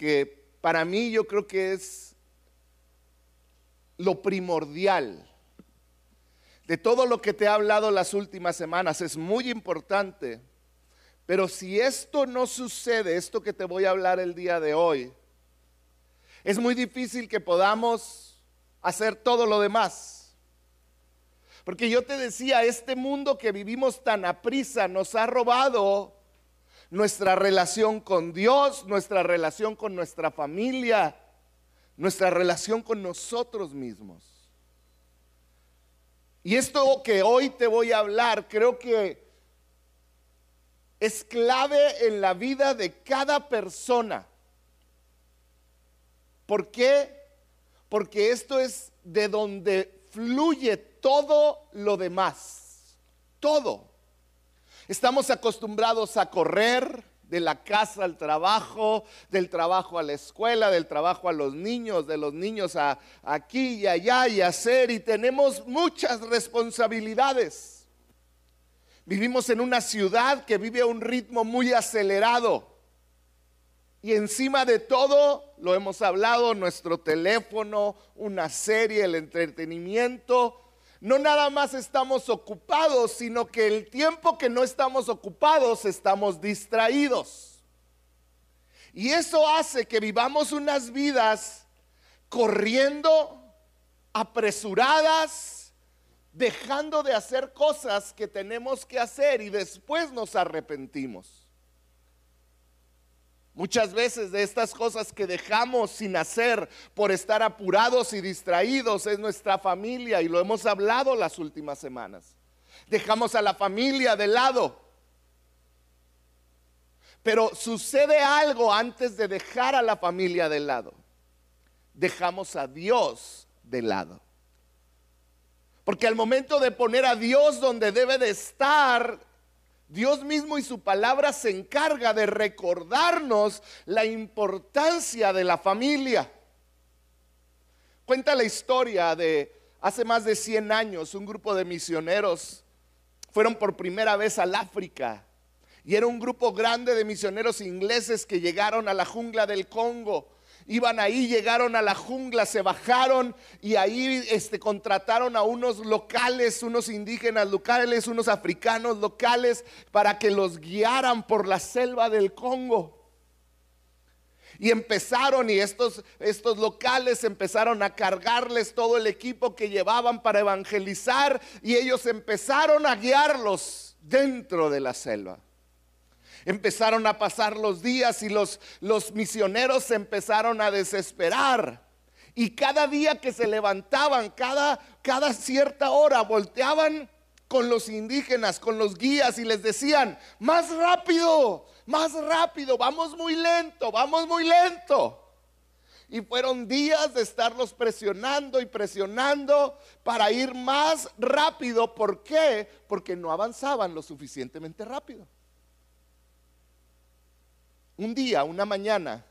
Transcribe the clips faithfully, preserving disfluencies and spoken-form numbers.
que para mí yo creo que es lo primordial de todo lo que te he hablado las últimas semanas. Es muy importante, pero si esto no sucede, esto que te voy a hablar el día de hoy, es muy difícil que podamos hacer todo lo demás. Porque yo te decía, este mundo que vivimos tan aprisa nos ha robado nuestra relación con Dios, nuestra relación con nuestra familia, nuestra relación con nosotros mismos. Y esto que hoy te voy a hablar, creo que es clave en la vida de cada persona. ¿Por qué? Porque esto es de donde fluye todo lo demás. Todo. Estamos acostumbrados a correr de la casa al trabajo, del trabajo a la escuela, del trabajo a los niños, de los niños a, a aquí y allá y hacer, y tenemos muchas responsabilidades. Vivimos en una ciudad que vive a un ritmo muy acelerado. Y encima de todo, lo hemos hablado, nuestro teléfono, una serie, el entretenimiento. No nada más estamos ocupados, sino que el tiempo que no estamos ocupados estamos distraídos. Y eso hace que vivamos unas vidas corriendo, apresuradas, dejando de hacer cosas que tenemos que hacer y después nos arrepentimos. Muchas veces de estas cosas que dejamos sin hacer por estar apurados y distraídos es nuestra familia, y lo hemos hablado las últimas semanas. Dejamos a la familia de lado. Pero sucede algo antes de dejar a la familia de lado. Dejamos a Dios de lado. Porque al momento de poner a Dios donde debe de estar, Dios mismo y su palabra se encarga de recordarnos la importancia de la familia. Cuenta la historia de hace más de cien años, un grupo de misioneros fueron por primera vez al África. Y era un grupo grande de misioneros ingleses que llegaron a la jungla del Congo. Iban ahí, llegaron a la jungla, se bajaron y ahí este, contrataron a unos locales, unos indígenas locales, unos africanos locales para que los guiaran por la selva del Congo. Y empezaron, y estos, estos locales empezaron a cargarles todo el equipo que llevaban para evangelizar, y ellos empezaron a guiarlos dentro de la selva. Empezaron a pasar los días y los, los misioneros se empezaron a desesperar. Y cada día que se levantaban, cada, cada cierta hora, volteaban con los indígenas, con los guías, y les decían: más rápido, más rápido, vamos muy lento, vamos muy lento. Y fueron días de estarlos presionando y presionando para ir más rápido. ¿Por qué? Porque no avanzaban lo suficientemente rápido. Un día, una mañana,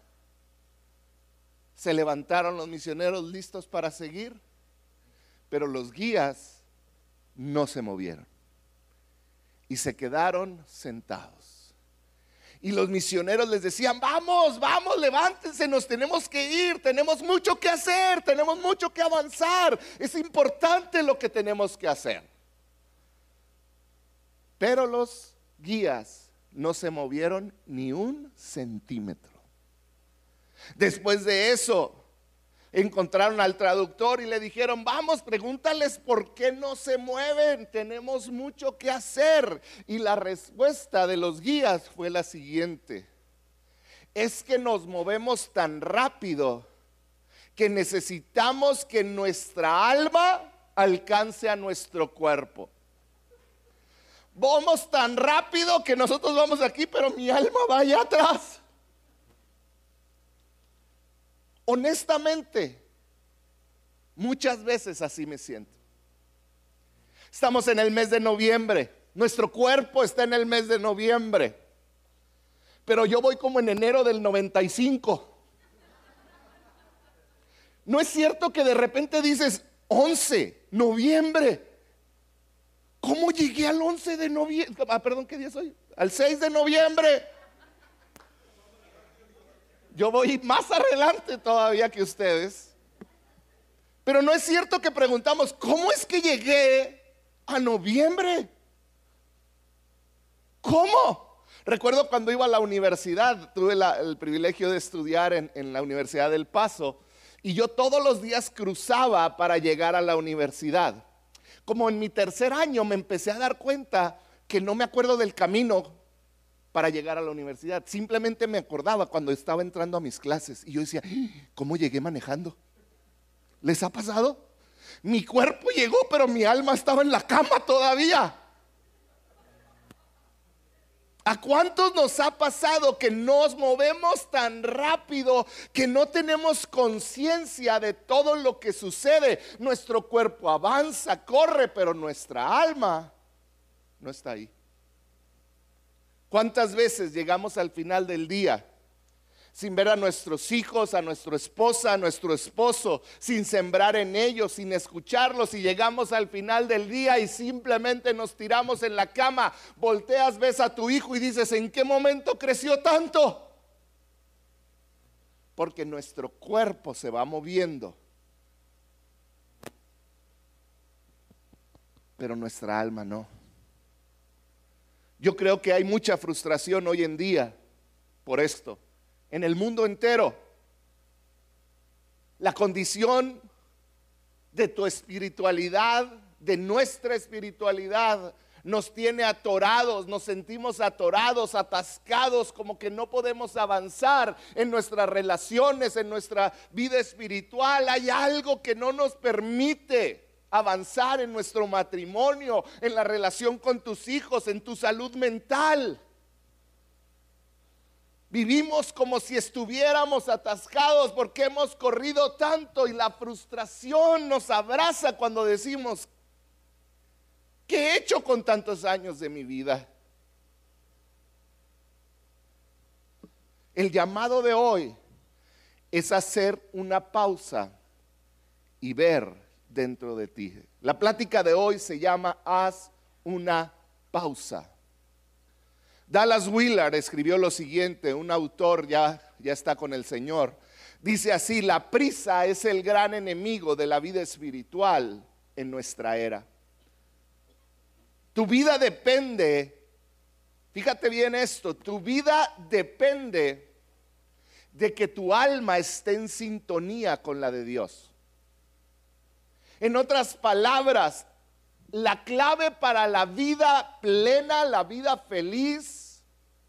se levantaron los misioneros listos para seguir, pero los guías no se movieron y se quedaron sentados. Y los misioneros les decían: vamos, vamos, levántense, nos tenemos que ir, tenemos mucho que hacer, tenemos mucho que avanzar, es importante lo que tenemos que hacer. Pero los guías no se movieron ni un centímetro. Después de eso, encontraron al traductor y le dijeron: vamos, pregúntales por qué no se mueven, tenemos mucho que hacer. Y la respuesta de los guías fue la siguiente: es que nos movemos tan rápido que necesitamos que nuestra alma alcance a nuestro cuerpo. Vamos tan rápido que nosotros vamos aquí, pero mi alma va allá atrás. Honestamente, muchas veces así me siento. Estamos en el mes de noviembre, nuestro cuerpo está en el mes de noviembre, pero yo voy como en enero del noventa y cinco. ¿No es cierto que de repente dices once, noviembre? ¿Cómo llegué al once de noviembre? Ah, perdón, ¿qué día es hoy? Al seis de noviembre. Yo voy más adelante todavía que ustedes. Pero no es cierto que preguntamos, ¿cómo es que llegué a noviembre? ¿Cómo? Recuerdo cuando iba a la universidad, tuve la, el privilegio de estudiar en, en la Universidad del Paso, y yo todos los días cruzaba para llegar a la universidad. Como en mi tercer año me empecé a dar cuenta que no me acuerdo del camino para llegar a la universidad. Simplemente me acordaba cuando estaba entrando a mis clases y yo decía, ¿cómo llegué manejando? ¿Les ha pasado? Mi cuerpo llegó, pero mi alma estaba en la cama todavía. ¿A cuántos nos ha pasado que nos movemos tan rápido que no tenemos conciencia de todo lo que sucede? Nuestro cuerpo avanza, corre, pero nuestra alma no está ahí. ¿Cuántas veces llegamos al final del día sin ver a nuestros hijos, a nuestra esposa, a nuestro esposo, sin sembrar en ellos, sin escucharlos, y llegamos al final del día y simplemente nos tiramos en la cama, volteas, ves a tu hijo y dices, ¿en qué momento creció tanto? Porque nuestro cuerpo se va moviendo, pero nuestra alma no. Yo creo que hay mucha frustración hoy en día por esto. En el mundo entero, la condición de tu espiritualidad, de nuestra espiritualidad, nos tiene atorados, nos sentimos atorados, atascados, como que no podemos avanzar en nuestras relaciones, en nuestra vida espiritual. Hay algo que no nos permite avanzar en nuestro matrimonio, en la relación con tus hijos, en tu salud mental. Vivimos como si estuviéramos atascados porque hemos corrido tanto, y la frustración nos abraza cuando decimos, ¿qué he hecho con tantos años de mi vida? El llamado de hoy es hacer una pausa y ver dentro de ti. La plática de hoy se llama Haz una pausa. Dallas Willard escribió lo siguiente, un autor ya, ya está con el Señor. Dice así: la prisa es el gran enemigo de la vida espiritual en nuestra era. Tu vida depende, fíjate bien esto, tu vida depende de que tu alma esté en sintonía con la de Dios. En otras palabras, la clave para la vida plena, la vida feliz,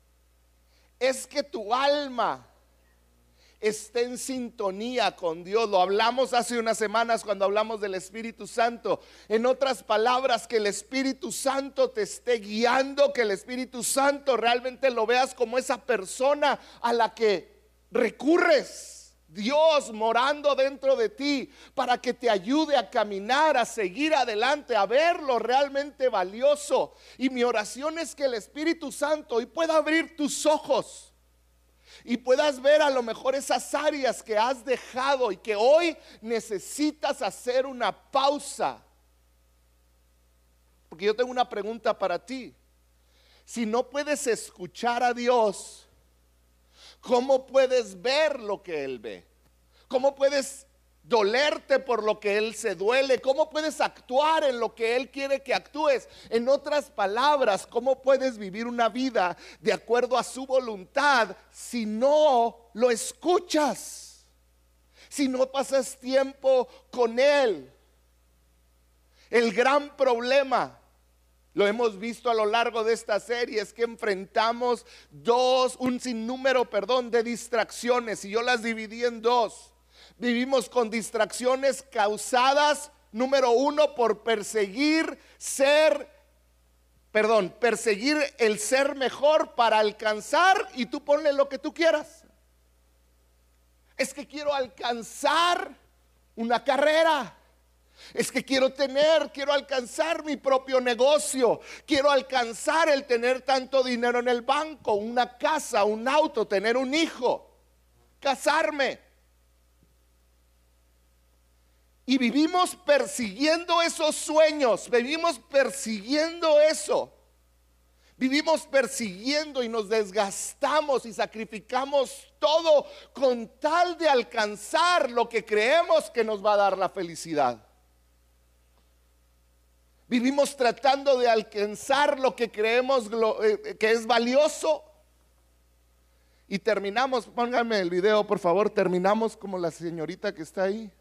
es que tu alma esté en sintonía con Dios. Lo hablamos hace unas semanas cuando hablamos del Espíritu Santo. En otras palabras, que el Espíritu Santo te esté guiando, que el Espíritu Santo realmente lo veas como esa persona a la que recurres. Dios morando dentro de ti para que te ayude a caminar, a seguir adelante, a ver lo realmente valioso. Y mi oración es que el Espíritu Santo hoy pueda abrir tus ojos y puedas ver a lo mejor esas áreas que has dejado y que hoy necesitas hacer una pausa. Porque yo tengo una pregunta para ti. Si no puedes escuchar a Dios, ¿cómo puedes ver lo que Él ve? ¿Cómo puedes dolerte por lo que Él se duele? ¿Cómo puedes actuar en lo que Él quiere que actúes? En otras palabras, ¿cómo puedes vivir una vida de acuerdo a su voluntad si no lo escuchas? Si no pasas tiempo con Él. El gran problema, lo hemos visto a lo largo de esta serie, es que enfrentamos dos, un sinnúmero, perdón, de distracciones, y yo las dividí en dos. Vivimos con distracciones causadas, número uno, por perseguir ser, perdón, perseguir el ser mejor para alcanzar, y tú ponle lo que tú quieras. Es que quiero alcanzar una carrera. Es que quiero tener, quiero alcanzar mi propio negocio. Quiero alcanzar el tener tanto dinero en el banco, una casa, un auto, tener un hijo, casarme. Y vivimos persiguiendo esos sueños, vivimos persiguiendo eso. Vivimos persiguiendo y nos desgastamos y sacrificamos todo con tal de alcanzar lo que creemos que nos va a dar la felicidad. Vivimos tratando de alcanzar lo que creemos que es valioso. Y terminamos, pónganme el video por favor, terminamos como la señorita que está ahí.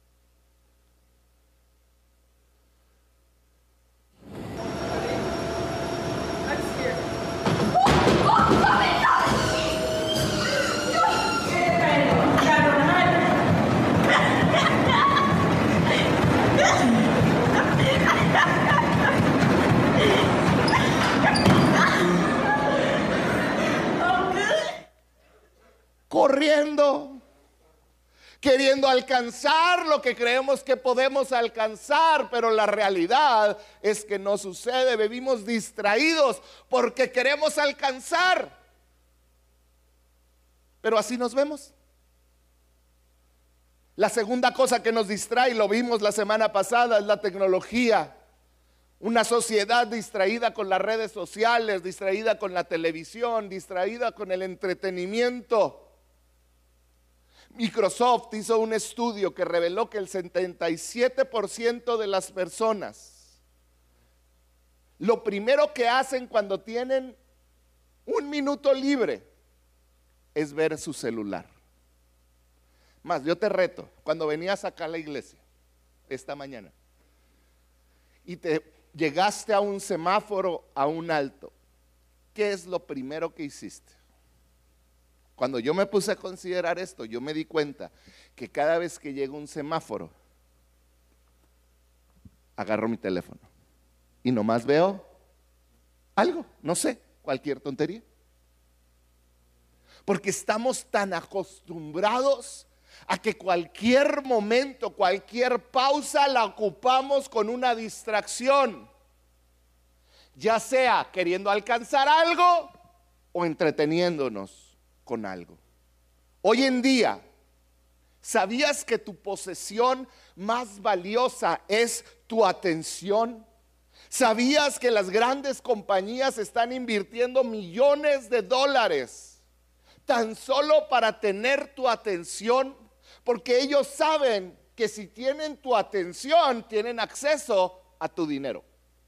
Corriendo, queriendo alcanzar lo que creemos que podemos alcanzar, pero la realidad es que no sucede. Vivimos distraídos porque queremos alcanzar, pero así nos vemos. La segunda cosa que nos distrae, lo vimos la semana pasada, es la tecnología. Una sociedad distraída con las redes sociales, distraída con la televisión, distraída con el entretenimiento. Microsoft hizo un estudio que reveló que el setenta y siete por ciento de las personas, lo primero que hacen cuando tienen un minuto libre es ver su celular. Más, yo te reto, cuando venías acá a la iglesia esta mañana y te llegaste a un semáforo, a un alto, ¿qué es lo primero que hiciste? Cuando yo me puse a considerar esto, yo me di cuenta que cada vez que llega un semáforo, agarro mi teléfono y nomás veo algo, no sé, cualquier tontería. Porque estamos tan acostumbrados a que cualquier momento, cualquier pausa la ocupamos con una distracción, ya sea queriendo alcanzar algo o entreteniéndonos con algo. Hoy en día, ¿sabías que tu posesión más valiosa es tu atención? ¿Sabías que las grandes compañías están invirtiendo millones de dólares tan solo para tener tu atención? Porque ellos saben que si tienen tu atención, tienen acceso a tu dinero.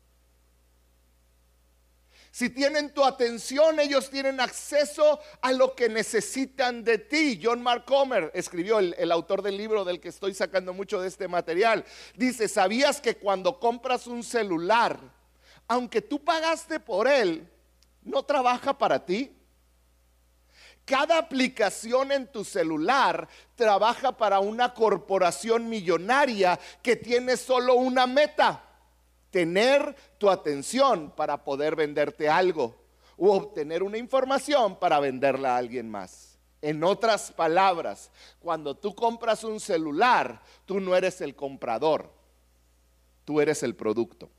Si tienen tu atención, ellos tienen acceso a lo que necesitan de ti. John Mark Comer escribió, el, el autor del libro del que estoy sacando mucho de este material. Dice, ¿sabías que cuando compras un celular, aunque tú pagaste por él, no trabaja para ti? Cada aplicación en tu celular trabaja para una corporación millonaria que tiene solo una meta: tener tu atención para poder venderte algo o obtener una información para venderla a alguien más. En otras palabras, cuando tú compras un celular, tú no eres el comprador, tú eres el producto.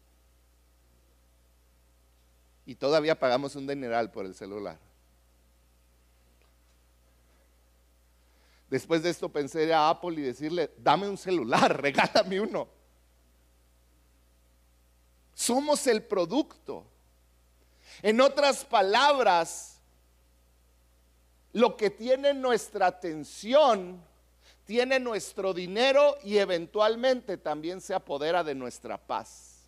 Y todavía pagamos un dineral por el celular. Después de esto pensé ir a Apple y decirle, dame un celular, regálame uno. Somos el producto. En otras palabras, lo que tiene nuestra atención tiene nuestro dinero y eventualmente también se apodera de nuestra paz.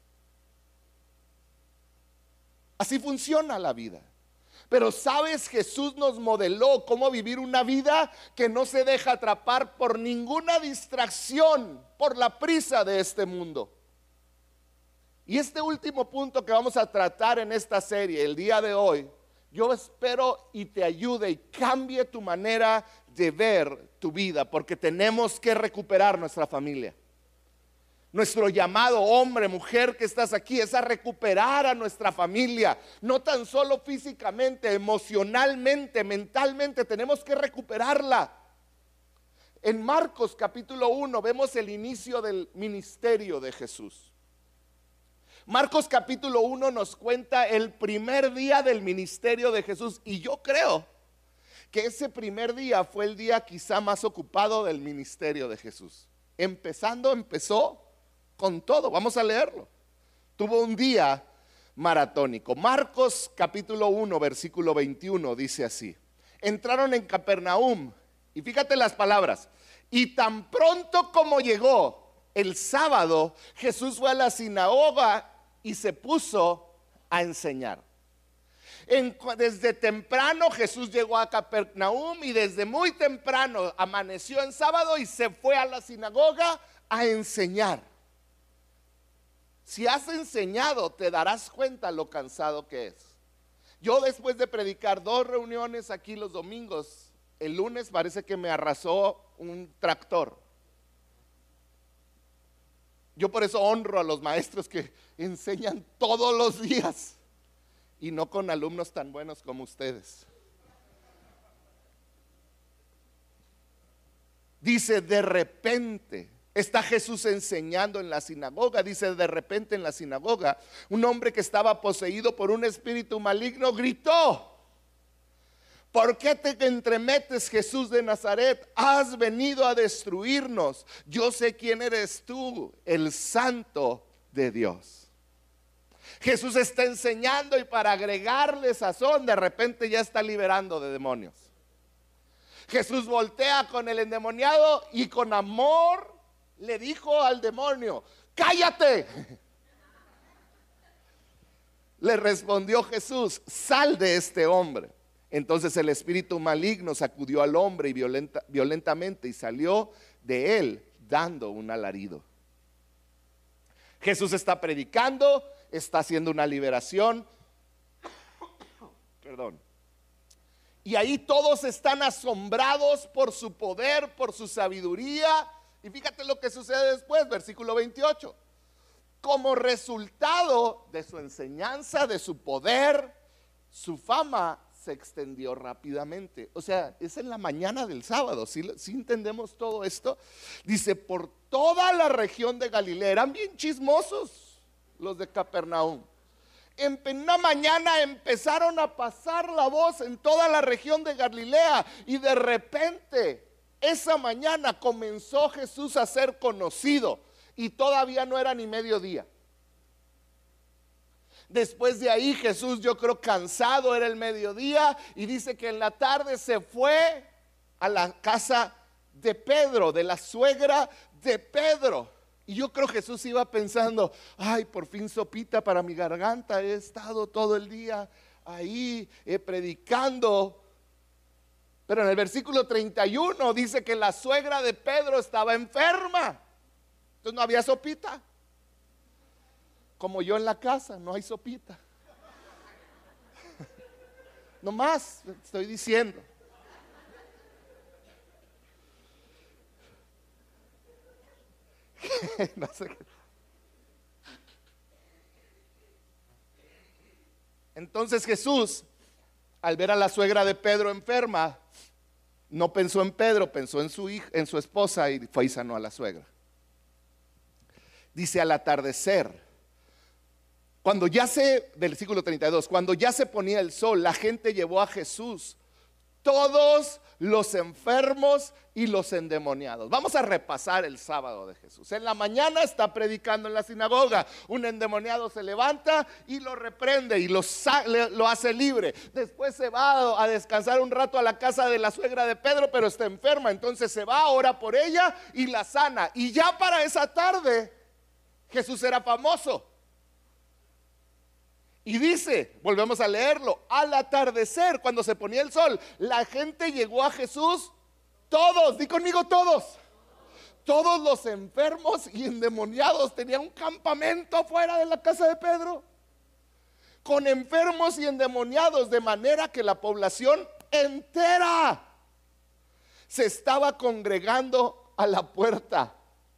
Así funciona la vida. Pero sabes, Jesús nos modeló cómo vivir una vida que no se deja atrapar por ninguna distracción, por la prisa de este mundo. Y este último punto que vamos a tratar en esta serie el día de hoy, yo espero y te ayude y cambie tu manera de ver tu vida, porque tenemos que recuperar nuestra familia. Nuestro llamado, hombre, mujer que estás aquí, es a recuperar a nuestra familia, no tan solo físicamente, emocionalmente, mentalmente, tenemos que recuperarla. En Marcos capítulo uno vemos el inicio del ministerio de Jesús. Marcos capítulo uno nos cuenta el primer día del ministerio de Jesús, y yo creo que ese primer día fue el día quizá más ocupado del ministerio de Jesús. Empezando, empezó con todo. Vamos a leerlo. Tuvo un día maratónico. Marcos capítulo uno, versículo veintiuno dice así: entraron en Capernaum, y fíjate las palabras, y tan pronto como llegó el sábado, Jesús fue a la sinagoga y se puso a enseñar. En, desde temprano Jesús llegó a Capernaum y desde muy temprano amaneció en sábado y se fue a la sinagoga a enseñar. Si has enseñado, te darás cuenta lo cansado que es. Yo, después de predicar dos reuniones aquí los domingos, el lunes parece que me arrasó un tractor. Yo por eso honro a los maestros que enseñan todos los días y no con alumnos tan buenos como ustedes. Dice, de repente, está Jesús enseñando en la sinagoga. Dice, de repente en la sinagoga, un hombre que estaba poseído por un espíritu maligno gritó: ¿por qué te entremetes, Jesús de Nazaret? Has venido a destruirnos. Yo sé quién eres tú, el Santo de Dios. Jesús está enseñando y para agregarle sazón, de repente ya está liberando de demonios. Jesús voltea con el endemoniado y con amor le dijo al demonio: cállate. Le respondió Jesús: sal de este hombre. Entonces el espíritu maligno sacudió al hombre y violenta, violentamente y salió de él dando un alarido. Jesús está predicando, está haciendo una liberación. Perdón. Y ahí todos están asombrados por su poder, por su sabiduría. Y fíjate lo que sucede después, versículo veintiocho. Como resultado de su enseñanza, de su poder, su fama se extendió rápidamente. O sea, es en la mañana del sábado. ¿Sí, sí entendemos todo esto? Dice, por toda la región de Galilea. Eran bien chismosos los de Capernaum. En una mañana empezaron a pasar la voz en toda la región de Galilea. Y de repente, esa mañana comenzó Jesús a ser conocido. Y todavía no era ni mediodía. Después de ahí Jesús, yo creo cansado, era el mediodía, y dice que en la tarde se fue a la casa de Pedro, de la suegra de Pedro. Y yo creo Jesús iba pensando: ay, por fin sopita para mi garganta, he estado todo el día ahí eh, predicando. Pero en el versículo treinta y uno dice que la suegra de Pedro estaba enferma, entonces no había sopita. Como yo en la casa, no hay sopita. No más, estoy diciendo. No sé qué. Entonces Jesús, al ver a la suegra de Pedro enferma, no pensó en Pedro, pensó en su hija, en su esposa, y fue y sanó a la suegra. Dice, al atardecer, cuando ya se, versículo treinta y dos, cuando ya se ponía el sol, la gente llevó a Jesús todos los enfermos y los endemoniados. Vamos a repasar el sábado de Jesús. En la mañana está predicando en la sinagoga. Un endemoniado se levanta y lo reprende y lo, lo hace libre. Después se va a descansar un rato a la casa de la suegra de Pedro, pero está enferma. Entonces se va, ora por ella y la sana. Y ya para esa tarde Jesús era famoso. Y dice, volvemos a leerlo, al atardecer, cuando se ponía el sol, la gente llegó a Jesús, todos, di conmigo todos, todos los enfermos y endemoniados. Tenían un campamento fuera de la casa de Pedro, con enfermos y endemoniados, de manera que la población entera se estaba congregando a la puerta.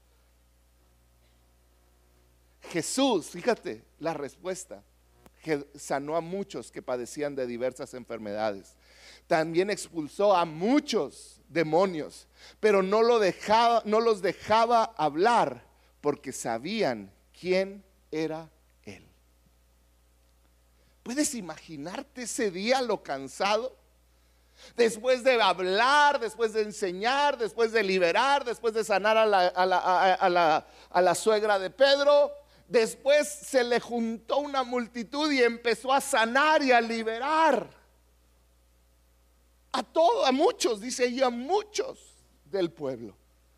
Jesús, fíjate la respuesta, que sanó a muchos que padecían de diversas enfermedades. También expulsó a muchos demonios, pero no, lo dejaba, no los dejaba hablar porque sabían quién era Él. ¿Puedes imaginarte ese día lo cansado? Después de hablar, después de enseñar, después de liberar, después de sanar a la, a la, a la, a la suegra de Pedro, Después se le juntó una multitud y empezó a sanar y a liberar a todos, a muchos, dice ella, a muchos del pueblo.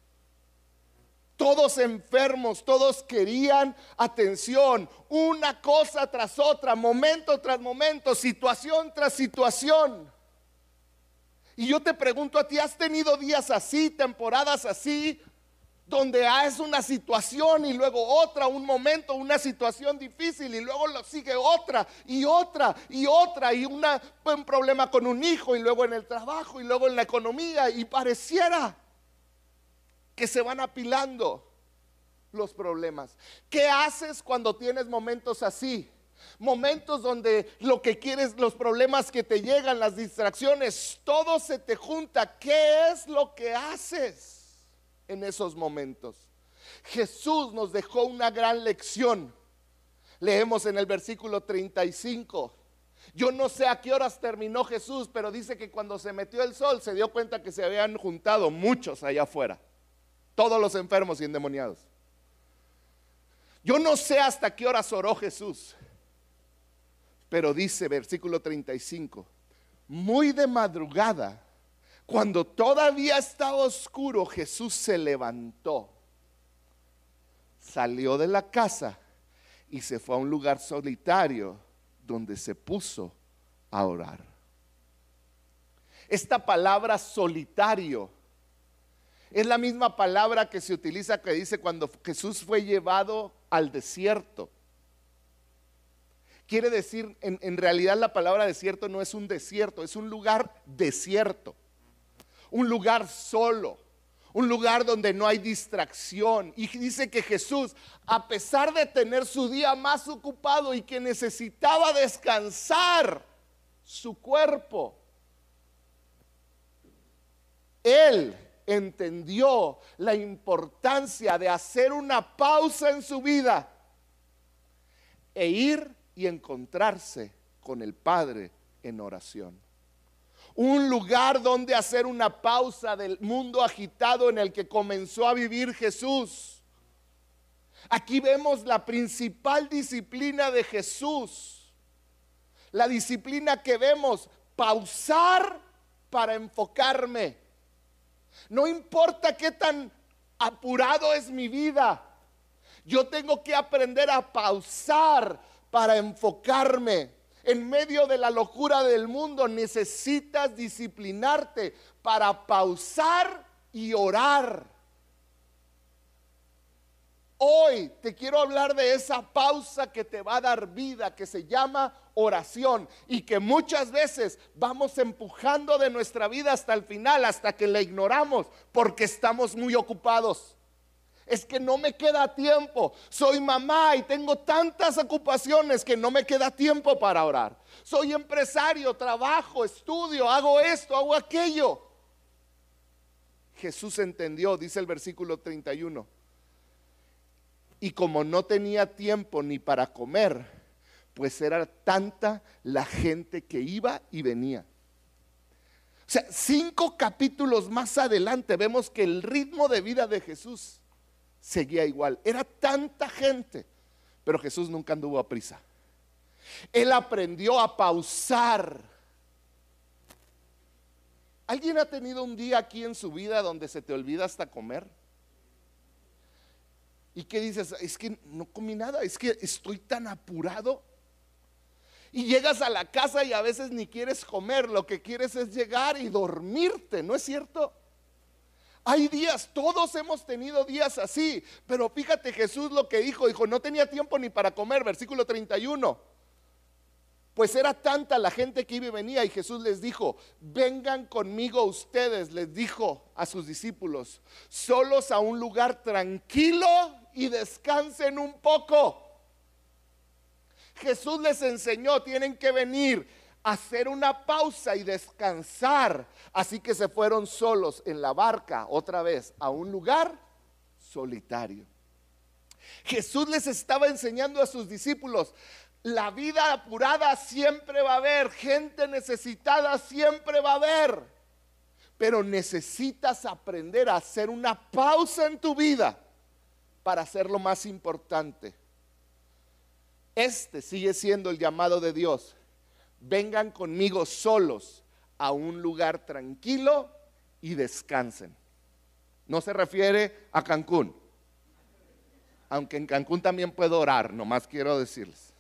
Todos enfermos, todos querían atención, una cosa tras otra, momento tras momento, situación tras situación. Y yo te pregunto a ti, ¿has tenido días así, temporadas así, donde es una situación y luego otra, un momento, una situación difícil y luego lo sigue otra y otra y otra y una, un problema con un hijo y luego en el trabajo y luego en la economía, y pareciera que se van apilando los problemas? ¿Qué haces cuando tienes momentos así? Momentos donde lo que quieres, los problemas que te llegan, las distracciones, todo se te junta. ¿Qué es lo que haces en esos momentos? Jesús nos dejó una gran lección. Leemos en el versículo treinta y cinco. Yo no sé a qué horas terminó Jesús, pero dice que cuando se metió el sol se dio cuenta que se habían juntado muchos allá afuera, todos los enfermos y endemoniados. Yo no sé hasta qué horas oró Jesús, pero dice versículo treinta y cinco, muy de madrugada, cuando todavía estaba oscuro, Jesús se levantó, salió de la casa y se fue a un lugar solitario donde se puso a orar. Esta palabra solitario es la misma palabra que se utiliza, que dice cuando Jesús fue llevado al desierto. Quiere decir, en, en realidad la palabra desierto no es un desierto, es un lugar desierto, un lugar solo, un lugar donde no hay distracción. Y dice que Jesús, a pesar de tener su día más ocupado y que necesitaba descansar su cuerpo, Él entendió la importancia de hacer una pausa en su vida e ir y encontrarse con el Padre en oración. Un lugar donde hacer una pausa del mundo agitado en el que comenzó a vivir Jesús. Aquí vemos la principal disciplina de Jesús. La disciplina que vemos, pausar para enfocarme. No importa qué tan apurado es mi vida, yo tengo que aprender a pausar para enfocarme. En medio de la locura del mundo necesitas disciplinarte para pausar y orar. Hoy te quiero hablar de esa pausa que te va a dar vida, que se llama oración, y que muchas veces vamos empujando de nuestra vida hasta el final, hasta que la ignoramos porque estamos muy ocupados. Es que no me queda tiempo. Soy mamá y tengo tantas ocupaciones que no me queda tiempo para orar. Soy empresario, trabajo, estudio, hago esto, hago aquello. Jesús entendió, dice el versículo treinta y uno. Y como no tenía tiempo ni para comer, pues era tanta la gente que iba y venía. O sea, cinco capítulos más adelante vemos que el ritmo de vida de Jesús seguía igual. Era tanta gente, pero Jesús nunca anduvo a prisa. Él aprendió a pausar. ¿Alguien ha tenido un día aquí en su vida donde se te olvida hasta comer? ¿Y qué dices? Es que no comí nada, es que estoy tan apurado. Y llegas a la casa y a veces ni quieres comer, lo que quieres es llegar y dormirte, ¿no es cierto? Hay días, todos hemos tenido días así, pero fíjate Jesús lo que dijo, dijo, no tenía tiempo ni para comer, versículo treinta y uno. Pues era tanta la gente que iba y venía, y Jesús les dijo, vengan conmigo ustedes, les dijo a sus discípulos, solos a un lugar tranquilo y descansen un poco. Jesús les enseñó, tienen que venir, hacer una pausa y descansar. Así que se fueron solos en la barca otra vez a un lugar solitario. Jesús les estaba enseñando a sus discípulos, la vida apurada siempre va a haber, gente necesitada siempre va a haber, pero necesitas aprender a hacer una pausa en tu vida para hacer lo más importante, Este sigue siendo el llamado de Dios. Vengan conmigo solos a un lugar tranquilo y descansen. No se refiere a Cancún, aunque en Cancún también puedo orar, nomás quiero decirles.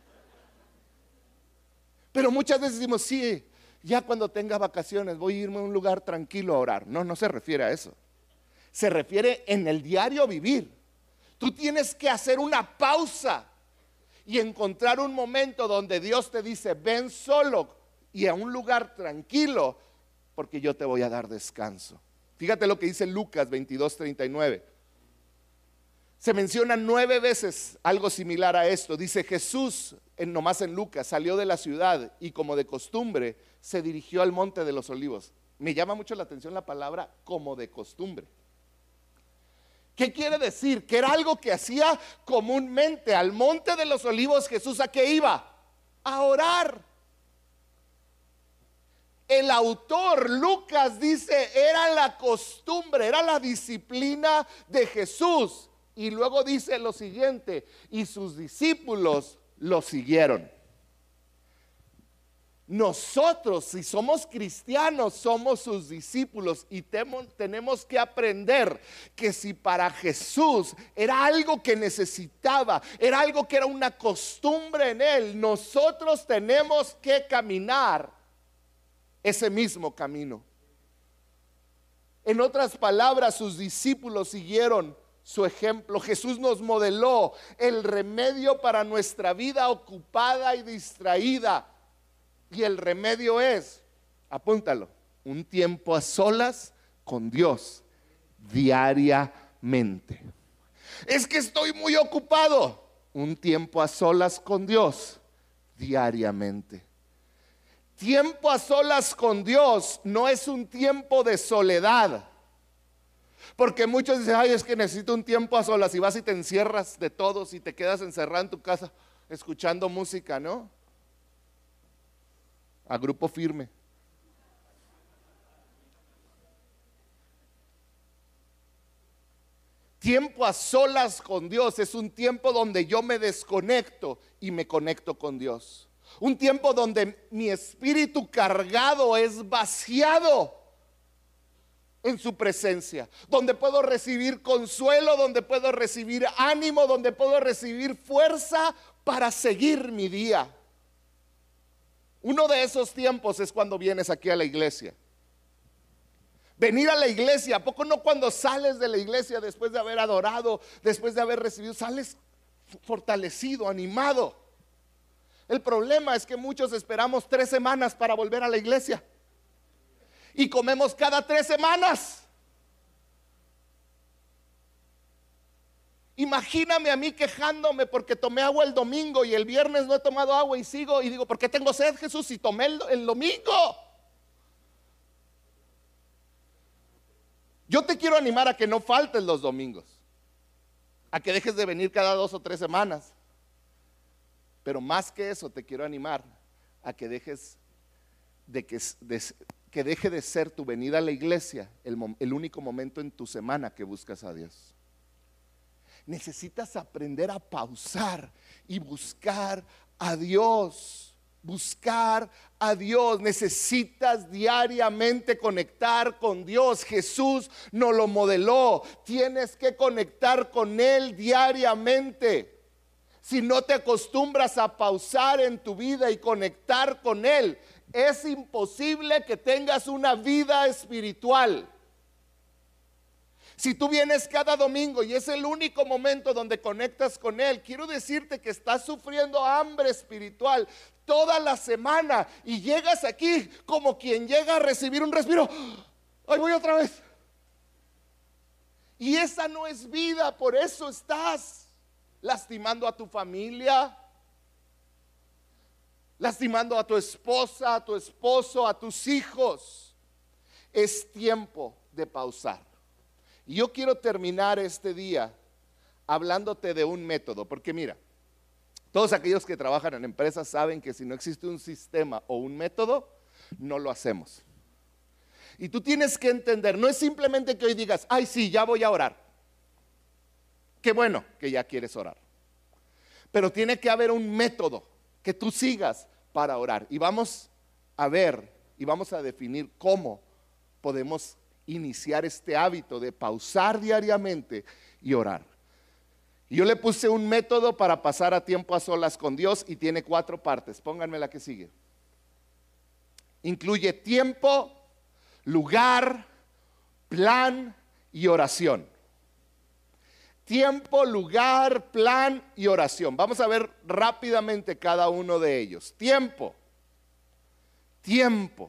Pero muchas veces decimos, sí, ya cuando tenga vacaciones voy a irme a un lugar tranquilo a orar. No, no se refiere a eso. Se refiere en el diario vivir. Tú tienes que hacer una pausa y encontrar un momento donde Dios te dice, ven solo y a un lugar tranquilo, porque yo te voy a dar descanso. Fíjate lo que dice Lucas veintidós, treinta y nueve. Se menciona nueve veces algo similar a esto. Dice Jesús, en, nomás en Lucas, salió de la ciudad y como de costumbre se dirigió al monte de los olivos. Me llama mucho la atención la palabra como de costumbre. ¿Qué quiere decir? Que era algo que hacía comúnmente. Al monte de los olivos Jesús, ¿a qué iba? A orar. El autor Lucas dice, era la costumbre, era la disciplina de Jesús. Y luego dice lo siguiente, y sus discípulos lo siguieron. Nosotros, si somos cristianos, somos sus discípulos y temo, tenemos que aprender que si para Jesús era algo que necesitaba, era algo que era una costumbre en él, nosotros tenemos que caminar ese mismo camino. En otras palabras, sus discípulos siguieron su ejemplo. Jesús nos modeló el remedio para nuestra vida ocupada y distraída. Y el remedio es, apúntalo, un tiempo a solas con Dios diariamente. Es que estoy muy ocupado. Un tiempo a solas con Dios diariamente. Tiempo a solas con Dios no es un tiempo de soledad. Porque muchos dicen, ay, es que necesito un tiempo a solas. Y vas y te encierras de todos y te quedas encerrado en tu casa escuchando música, ¿no? A Grupo Firme. Tiempo a solas con Dios es un tiempo donde yo me desconecto y me conecto con Dios. Un tiempo donde mi espíritu cargado es vaciado en su presencia, donde puedo recibir consuelo, donde puedo recibir ánimo, donde puedo recibir fuerza para seguir mi día. Uno de esos tiempos es cuando vienes aquí a la iglesia. Venir a la iglesia, ¿a poco no cuando sales de la iglesia después de haber adorado, después de haber recibido, sales fortalecido, animado? El problema es que muchos esperamos tres semanas para volver a la iglesia y comemos cada tres semanas. Imagíname a mí quejándome porque tomé agua el domingo y el viernes no he tomado agua y sigo y digo, ¿por qué tengo sed, Jesús, si tomé el, el domingo? Yo te quiero animar a que no faltes los domingos, a que dejes de venir cada dos o tres semanas. Pero más que eso te quiero animar a que dejes de que, de, que deje de ser tu venida a la iglesia el, el único momento en tu semana que buscas a Dios. Necesitas aprender a pausar y buscar a Dios. Buscar a Dios. Necesitas diariamente conectar con Dios. Jesús nos lo modeló. Tienes que conectar con Él diariamente. Si no te acostumbras a pausar en tu vida y conectar con Él, es imposible que tengas una vida espiritual. Si tú vienes cada domingo y es el único momento donde conectas con Él, quiero decirte que estás sufriendo hambre espiritual toda la semana y llegas aquí como quien llega a recibir un respiro. ¡Ay, voy otra vez! Y esa no es vida, por eso estás lastimando a tu familia, lastimando a tu esposa, a tu esposo, a tus hijos. Es tiempo de pausar. Y yo quiero terminar este día hablándote de un método, porque mira, todos aquellos que trabajan en empresas saben que si no existe un sistema o un método, no lo hacemos. Y tú tienes que entender, no es simplemente que hoy digas, ay sí, ya voy a orar. Qué bueno que ya quieres orar. Pero tiene que haber un método que tú sigas para orar. Y vamos a ver y vamos a definir cómo podemos iniciar este hábito de pausar diariamente y orar. Y yo le puse un método para pasar a tiempo a solas con Dios y tiene cuatro partes. Pónganme la que sigue. Incluye tiempo, lugar, plan y oración. Tiempo, lugar, plan y oración. Vamos a ver rápidamente cada uno de ellos. Tiempo. Tiempo.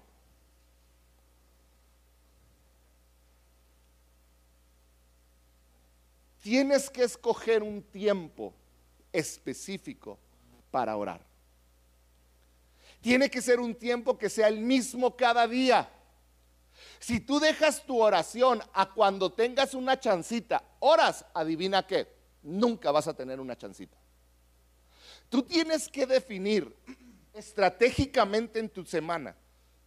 Tienes que escoger un tiempo específico para orar. Tiene que ser un tiempo que sea el mismo cada día. Si tú dejas tu oración a cuando tengas una chancita, oras, adivina qué, nunca vas a tener una chancita. Tú tienes que definir estratégicamente en tu semana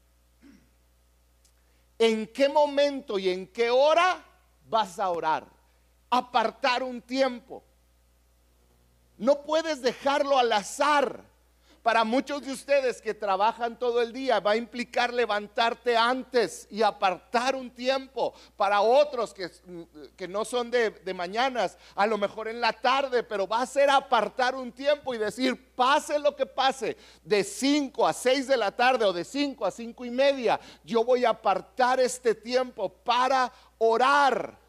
en qué momento y en qué hora vas a orar. Apartar un tiempo. No puedes dejarlo al azar. Para muchos de ustedes que trabajan todo el día va a implicar levantarte antes y apartar un tiempo. Para otros que, que no son de, de mañanas, a lo mejor en la tarde, pero va a ser apartar un tiempo y decir, pase lo que pase, de cinco a seis de la tarde o de cinco a cinco y media, yo voy a apartar este tiempo para orar.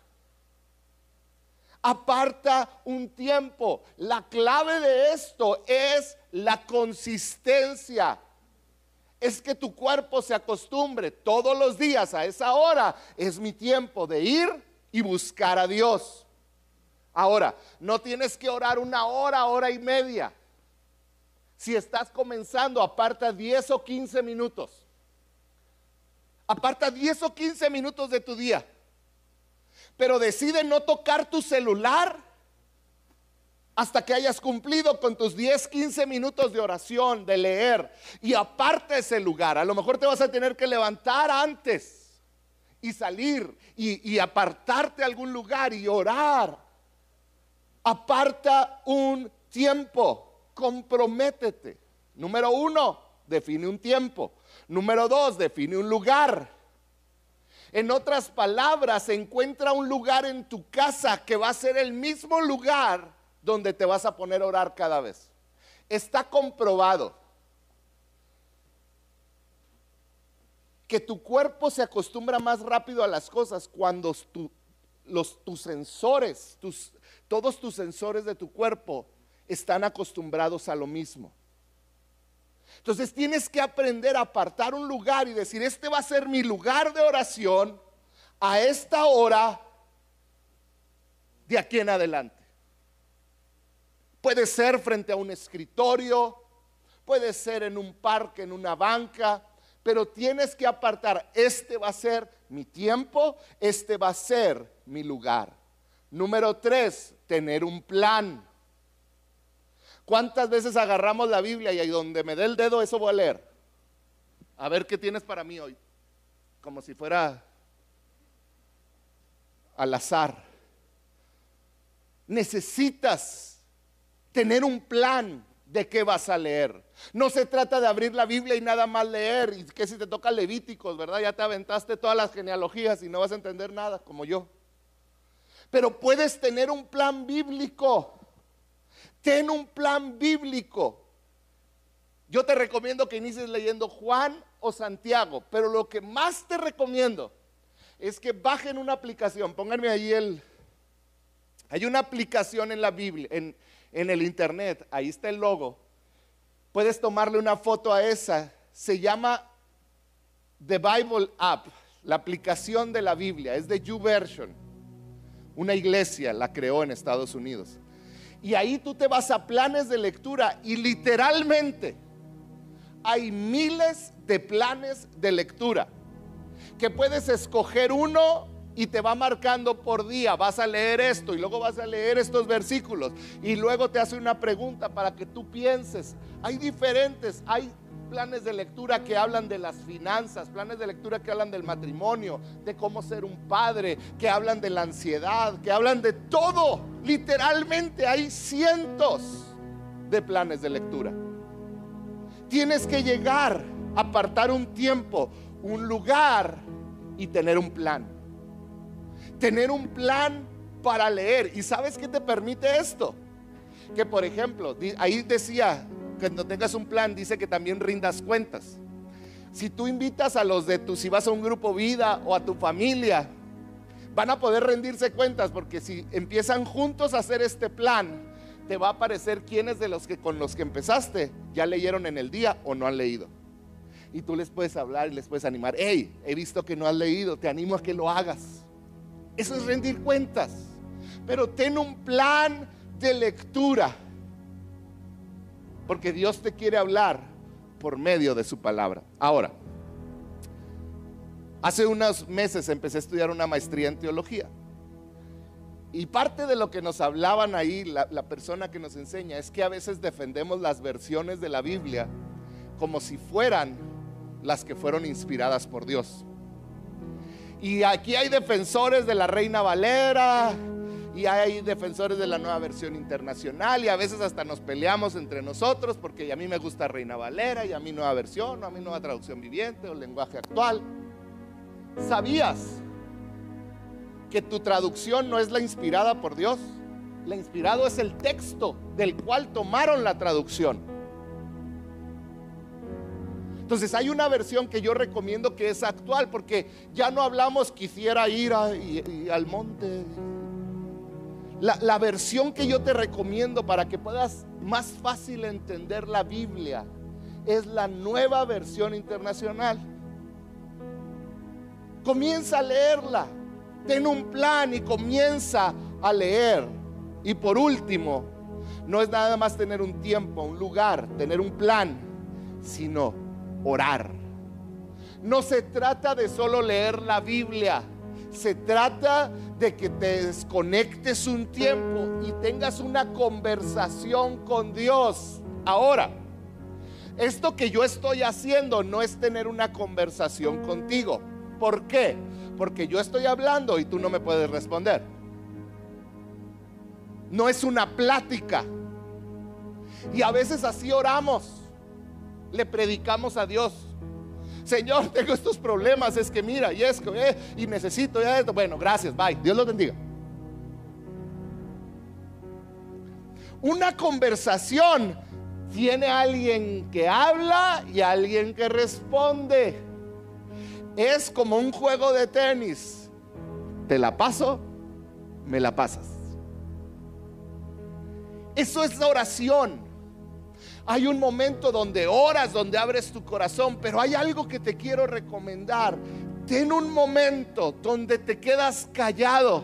Aparta un tiempo. La clave de esto es la consistencia. Es que tu cuerpo se acostumbre todos los días a esa hora. Es mi tiempo de ir y buscar a Dios. Ahora, no tienes que orar una hora, hora y media. Si estás comenzando, aparta diez o quince minutos. Aparta diez o quince minutos de tu día. Pero decide no tocar tu celular hasta que hayas cumplido con tus diez, quince minutos de oración, de leer, y aparta ese lugar. A lo mejor te vas a tener que levantar antes y salir y, y apartarte a algún lugar y orar. Aparta un tiempo, comprométete. Número uno, define un tiempo. Número dos, define un lugar. En otras palabras, encuentra un lugar en tu casa que va a ser el mismo lugar donde te vas a poner a orar cada vez. Está comprobado que tu cuerpo se acostumbra más rápido a las cosas cuando tu, los, tus sensores, tus, todos tus sensores de tu cuerpo están acostumbrados a lo mismo. Entonces tienes que aprender a apartar un lugar y decir, este va a ser mi lugar de oración a esta hora de aquí en adelante. Puede ser frente a un escritorio, puede ser en un parque, en una banca, pero tienes que apartar, este va a ser mi tiempo, este va a ser mi lugar. Número tres, tener un plan. ¿Cuántas veces agarramos la Biblia y ahí donde me dé el dedo eso voy a leer? A ver qué tienes para mí hoy. Como si fuera al azar. Necesitas tener un plan de qué vas a leer. No se trata de abrir la Biblia y nada más leer. Y que si te toca Levíticos, ¿verdad? Ya te aventaste todas las genealogías y no vas a entender nada, como yo. Pero puedes tener un plan bíblico. Ten un plan bíblico. Yo te recomiendo que inicies leyendo Juan o Santiago, pero lo que más te recomiendo es que bajen una aplicación. Pónganme ahí el... Hay una aplicación en la Biblia, en, en el internet, ahí está el logo. Puedes tomarle una foto a esa. Se llama The Bible App, la aplicación de la Biblia. Es de YouVersion. Una iglesia la creó en Estados Unidos. Y ahí tú te vas a planes de lectura y literalmente hay miles de planes de lectura que puedes escoger uno y te va marcando por día. Vas a leer esto y luego vas a leer estos versículos y luego te hace una pregunta para que tú pienses. Hay diferentes, hay planes de lectura que hablan de las finanzas, planes de lectura que hablan del matrimonio, de cómo ser un padre, que hablan de la ansiedad, que hablan de todo. Literalmente hay cientos. de planes de lectura. Tienes que llegar, apartar un tiempo, un lugar y tener un plan. Tener un plan para leer. ¿Y sabes qué te permite esto? Que por ejemplo, ahí decía, cuando tengas un plan, dice que también rindas cuentas. Si tú invitas a los de tu, si vas a un grupo vida o a tu familia, van a poder rendirse cuentas, porque si empiezan juntos a hacer este plan, te va a aparecer quiénes de los que con los que empezaste ya leyeron en el día o no han leído. Y tú les puedes hablar y les puedes animar. Hey, he visto que no has leído, te animo a que lo hagas. Eso es rendir cuentas. Pero ten un plan de lectura, porque Dios te quiere hablar por medio de su palabra. Ahora, hace unos meses empecé a estudiar una maestría en teología. Y parte de lo que nos hablaban ahí, la, la persona que nos enseña, es que a veces defendemos las versiones de la Biblia como si fueran las que fueron inspiradas por Dios. Y aquí hay defensores de la Reina Valera, y hay defensores de la Nueva Versión Internacional, y a veces hasta nos peleamos entre nosotros, porque a mí me gusta Reina Valera, y a mí Nueva Versión, o a mí Nueva Traducción Viviente, o Lenguaje Actual. ¿Sabías que tu traducción no es la inspirada por Dios? La inspirado es el texto del cual tomaron la traducción. Entonces hay una versión que yo recomiendo que es actual, porque ya no hablamos quisiera ir a, y, y al monte. La, la versión que yo te recomiendo para que puedas más fácil entender la Biblia es la Nueva Versión Internacional. Comienza a leerla, ten un plan y comienza a leer. Y por último, no es nada más tener un tiempo, un lugar, tener un plan, sino orar. No se trata de solo leer la Biblia, se trata de que te desconectes un tiempo y tengas una conversación con Dios. Ahora, esto que yo estoy haciendo no es tener una conversación contigo. ¿Por qué? Porque yo estoy hablando y tú no me puedes responder. No es una plática. Y a veces así oramos. Le predicamos a Dios: Señor, tengo estos problemas, es que mira, y es que eh, y necesito ya esto. Bueno, gracias, bye, Dios los bendiga. Una conversación tiene alguien que habla y alguien que responde. Es como un juego de tenis. Te la paso, me la pasas. Eso es la oración. Hay un momento donde oras, donde abres tu corazón, pero hay algo que te quiero recomendar. Ten un momento donde te quedas callado.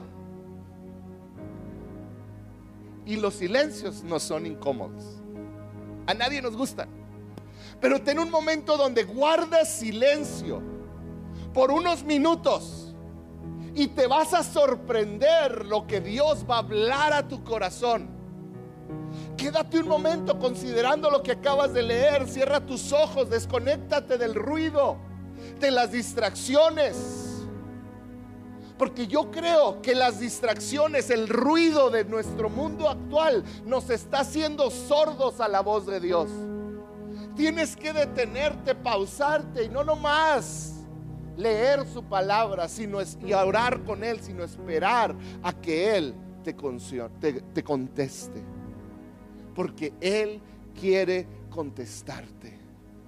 Y los silencios no son incómodos. A nadie nos gustan. Pero ten un momento donde guardas silencio por unos minutos y te vas a sorprender lo que Dios va a hablar a tu corazón. Quédate un momento considerando lo que acabas de leer. Cierra tus ojos, desconéctate del ruido, de las distracciones, porque yo creo que las distracciones, el ruido de nuestro mundo actual nos está haciendo sordos a la voz de Dios. Tienes que detenerte, pausarte y no nomás leer su palabra, sino es, y orar con Él, sino esperar a que Él te, te, te conteste, porque Él quiere contestarte.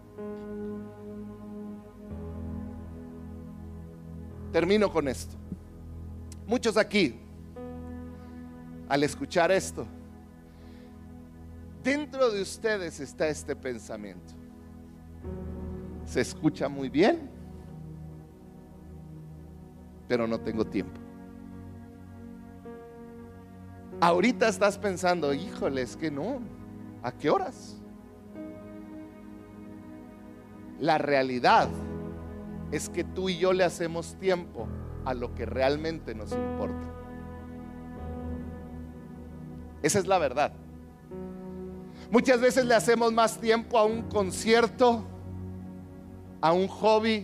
Termino con esto. Muchos aquí, al escuchar esto, dentro de ustedes está este pensamiento: se escucha muy bien, pero no tengo tiempo. Ahorita estás pensando: híjole, es que no, ¿a qué horas? La realidad es que tú y yo le hacemos tiempo a lo que realmente nos importa. Esa es la verdad. Muchas veces le hacemos más tiempo a un concierto, a un hobby,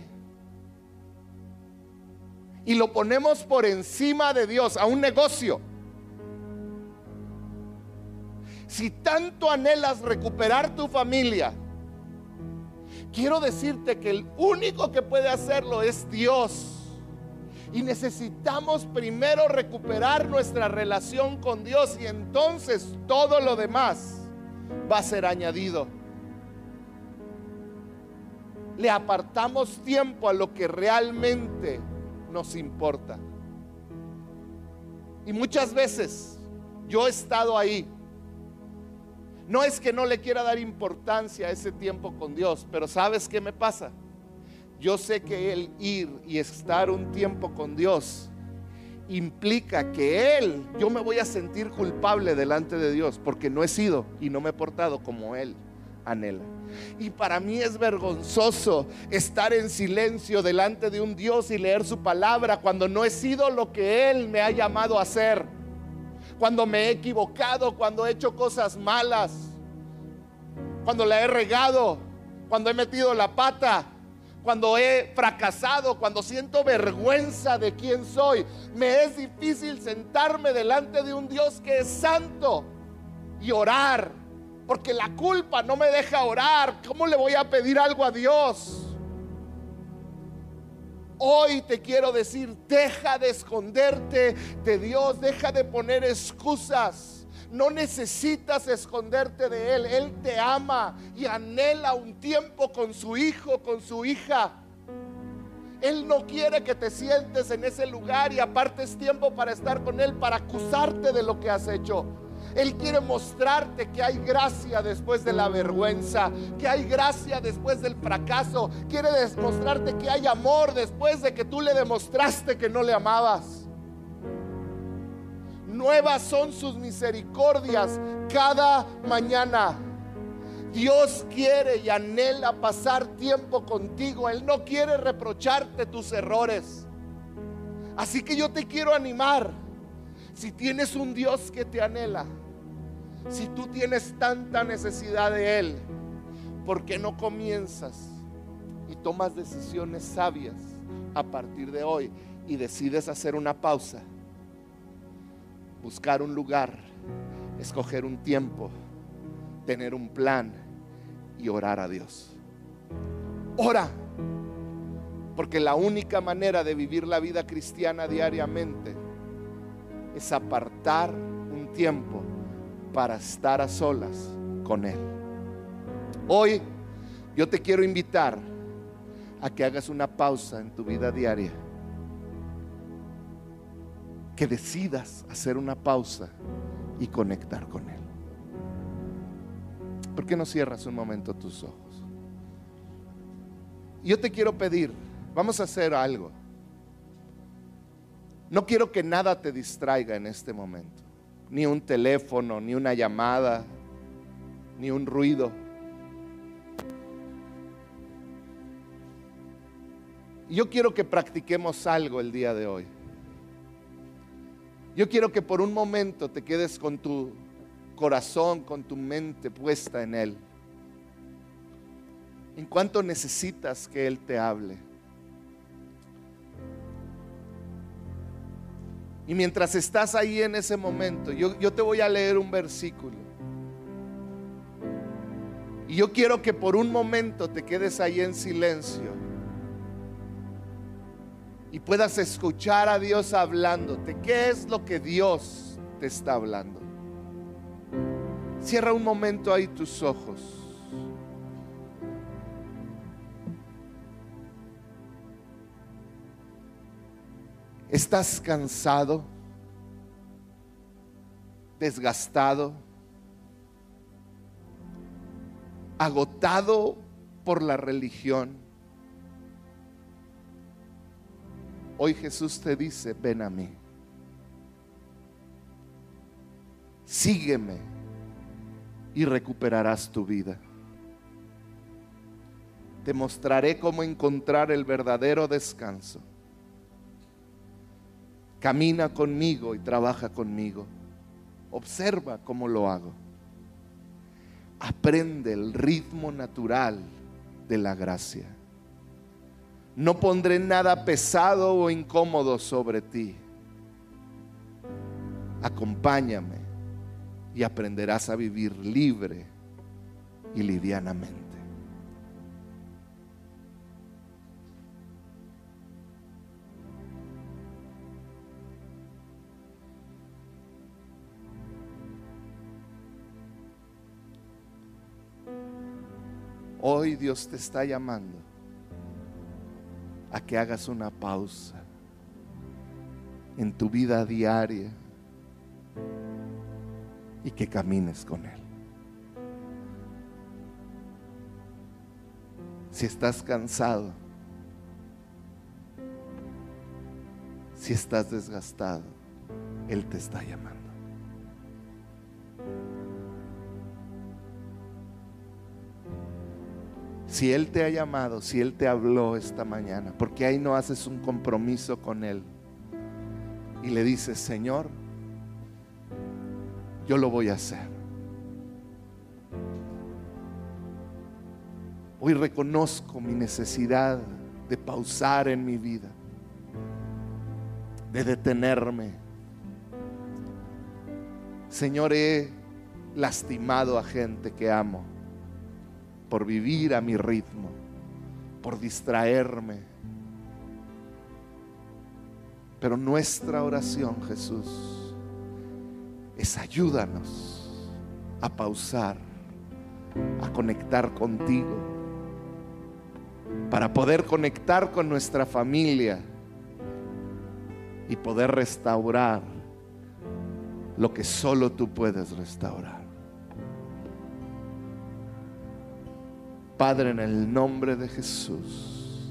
y lo ponemos por encima de Dios, a un negocio. Si tanto anhelas recuperar tu familia, quiero decirte que el único que puede hacerlo es Dios. Y necesitamos primero recuperar nuestra relación con Dios, y entonces todo lo demás va a ser añadido. Le apartamos tiempo a lo que realmente nos importa. Y muchas veces yo he estado ahí. No es que no le quiera dar importancia a ese tiempo con Dios, pero ¿sabes qué me pasa? Yo sé que el ir y estar un tiempo con Dios implica que Él, yo me voy a sentir culpable delante de Dios porque no he sido y no me he portado como Él anhela. Y para mí es vergonzoso estar en silencio delante de un Dios y leer su palabra cuando no he sido lo que Él me ha llamado a hacer, cuando me he equivocado, cuando he hecho cosas malas, cuando la he regado, cuando he metido la pata, cuando he fracasado, cuando siento vergüenza de quién soy. Me es difícil sentarme delante de un Dios que es santo y orar, porque la culpa no me deja orar. ¿Cómo le voy a pedir algo a Dios? Hoy te quiero decir, deja de esconderte de Dios, deja de poner excusas. No necesitas esconderte de Él. Él te ama y anhela un tiempo con su hijo, con su hija. Él no quiere que te sientes en ese lugar y apartes tiempo para estar con Él, para acusarte de lo que has hecho. Él quiere mostrarte que hay gracia después de la vergüenza, que hay gracia después del fracaso. Quiere demostrarte que hay amor después de que tú le demostraste que no le amabas. Nuevas son sus misericordias cada mañana. Dios quiere y anhela pasar tiempo contigo. Él no quiere reprocharte tus errores. Así que yo te quiero animar. Si tienes un Dios que te anhela, si tú tienes tanta necesidad de Él, ¿por qué no comienzas y tomas decisiones sabias a partir de hoy y decides hacer una pausa? Buscar un lugar, escoger un tiempo, tener un plan y orar a Dios. Ora, porque la única manera de vivir la vida cristiana diariamente es apartar un tiempo para estar a solas con Él. Hoy yo te quiero invitar a que hagas una pausa en tu vida diaria, que decidas hacer una pausa y conectar con Él. ¿Por qué no cierras un momento tus ojos? Yo te quiero pedir, vamos a hacer algo. No quiero que nada te distraiga en este momento, ni un teléfono, ni una llamada, ni un ruido. Yo quiero que practiquemos algo el día de hoy. Yo quiero que por un momento te quedes con tu corazón, con tu mente puesta en Él. ¿En cuánto necesitas que Él te hable? Y mientras estás ahí en ese momento, yo, yo te voy a leer un versículo. Y yo quiero que por un momento te quedes ahí en silencio y puedas escuchar a Dios hablándote. ¿Qué es lo que Dios te está hablando? Cierra un momento ahí tus ojos. ¿Estás cansado? ¿Desgastado? ¿Agotado por la religión? Hoy Jesús te dice: ven a mí, sígueme y recuperarás tu vida. Te mostraré cómo encontrar el verdadero descanso. Camina conmigo y trabaja conmigo. Observa cómo lo hago. Aprende el ritmo natural de la gracia. No pondré nada pesado o incómodo sobre ti. Acompáñame y aprenderás a vivir libre y livianamente. Hoy Dios te está llamando a que hagas una pausa en tu vida diaria y que camines con Él. Si estás cansado, si estás desgastado, Él te está llamando. Si Él te ha llamado, si Él te habló esta mañana, ¿por qué ahí no haces un compromiso con Él? Y le dices: Señor, yo lo voy a hacer. Hoy reconozco mi necesidad de pausar en mi vida, de detenerme. Señor, he lastimado a gente que amo por vivir a mi ritmo, por distraerme. Pero nuestra oración, Jesús, es: ayúdanos a pausar, a conectar contigo, para poder conectar con nuestra familia y poder restaurar lo que solo tú puedes restaurar. Padre, en el nombre de Jesús,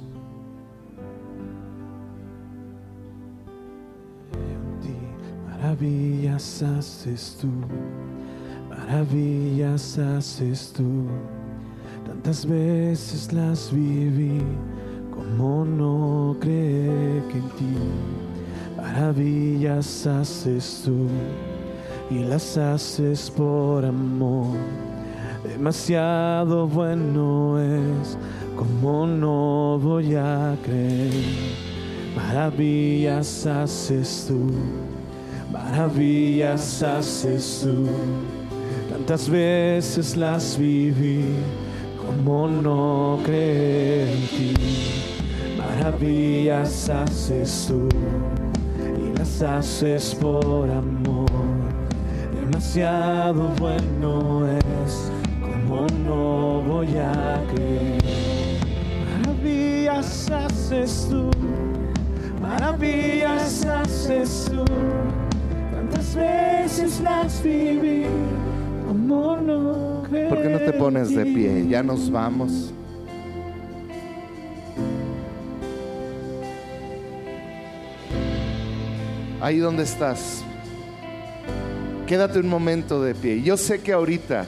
maravillas haces tú, maravillas haces tú. Tantas veces las viví, como no creer que en ti maravillas haces tú, y las haces por amor. Demasiado bueno es, como no voy a creer. Maravillas haces tú, maravillas haces tú. Tantas veces las viví, como no creer en ti. Maravillas haces tú, y las haces por amor. Demasiado bueno es, como no voy a creer. Maravillas haces tú, maravillas haces tú. Tantas veces las viví, como no creer. ¿Por qué no te pones de pie? Ya nos vamos. Ahí donde estás, quédate un momento de pie. Yo sé que ahorita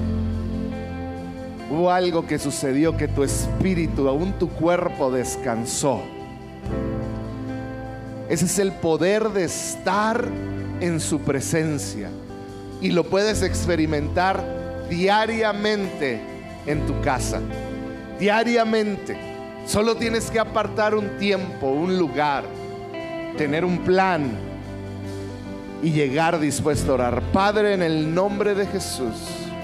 hubo algo que sucedió, que tu espíritu, aún tu cuerpo descansó. Ese es el poder de estar en su presencia, y lo puedes experimentar diariamente en tu casa, diariamente. Solo tienes que apartar un tiempo, un lugar, tener un plan y llegar dispuesto a orar. Padre, en el nombre de Jesús,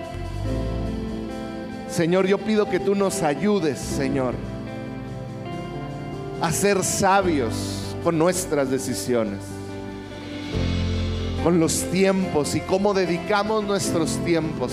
Señor, yo pido que tú nos ayudes, Señor, a ser sabios con nuestras decisiones, con los tiempos y cómo dedicamos nuestros tiempos.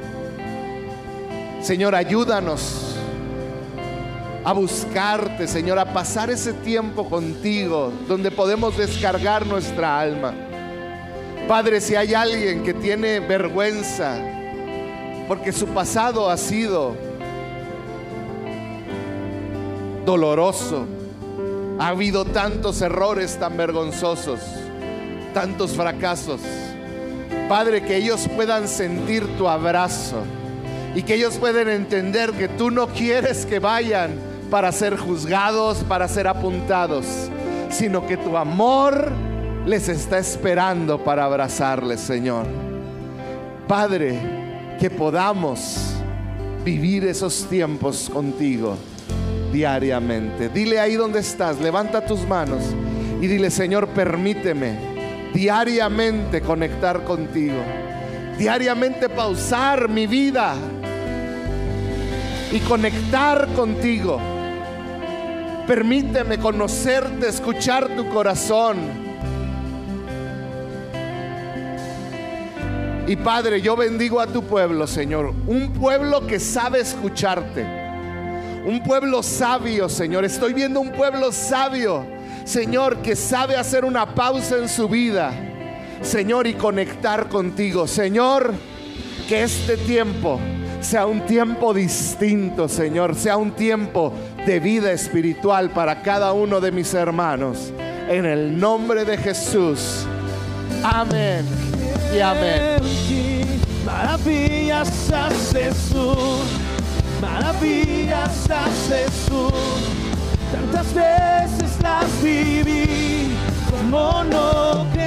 Señor, ayúdanos a buscarte, Señor, a pasar ese tiempo contigo, donde podemos descargar nuestra alma. Padre, si hay alguien que tiene vergüenza porque su pasado ha sido doloroso, ha habido tantos errores tan vergonzosos, tantos fracasos, Padre, que ellos puedan sentir tu abrazo y que ellos puedan entender que tú no quieres que vayan para ser juzgados, para ser apuntados, sino que tu amor les está esperando para abrazarles, Señor. Padre, que podamos vivir esos tiempos contigo diariamente. Dile ahí donde estás, levanta tus manos y dile: Señor, permíteme diariamente conectar contigo. diariamente pausar mi vida y conectar contigo. Permíteme conocerte, escuchar tu corazón. Y Padre, yo bendigo a tu pueblo, Señor. Un pueblo que sabe escucharte. Un pueblo sabio, Señor. Estoy viendo un pueblo sabio, Señor, que sabe hacer una pausa en su vida, Señor, y conectar contigo. Señor, que este tiempo sea un tiempo distinto, Señor. Sea un tiempo de vida espiritual para cada uno de mis hermanos. En el nombre de Jesús. Amén y amén. Maravillas haces tú, maravillas haces tú. Tantas veces las viví, como no creí.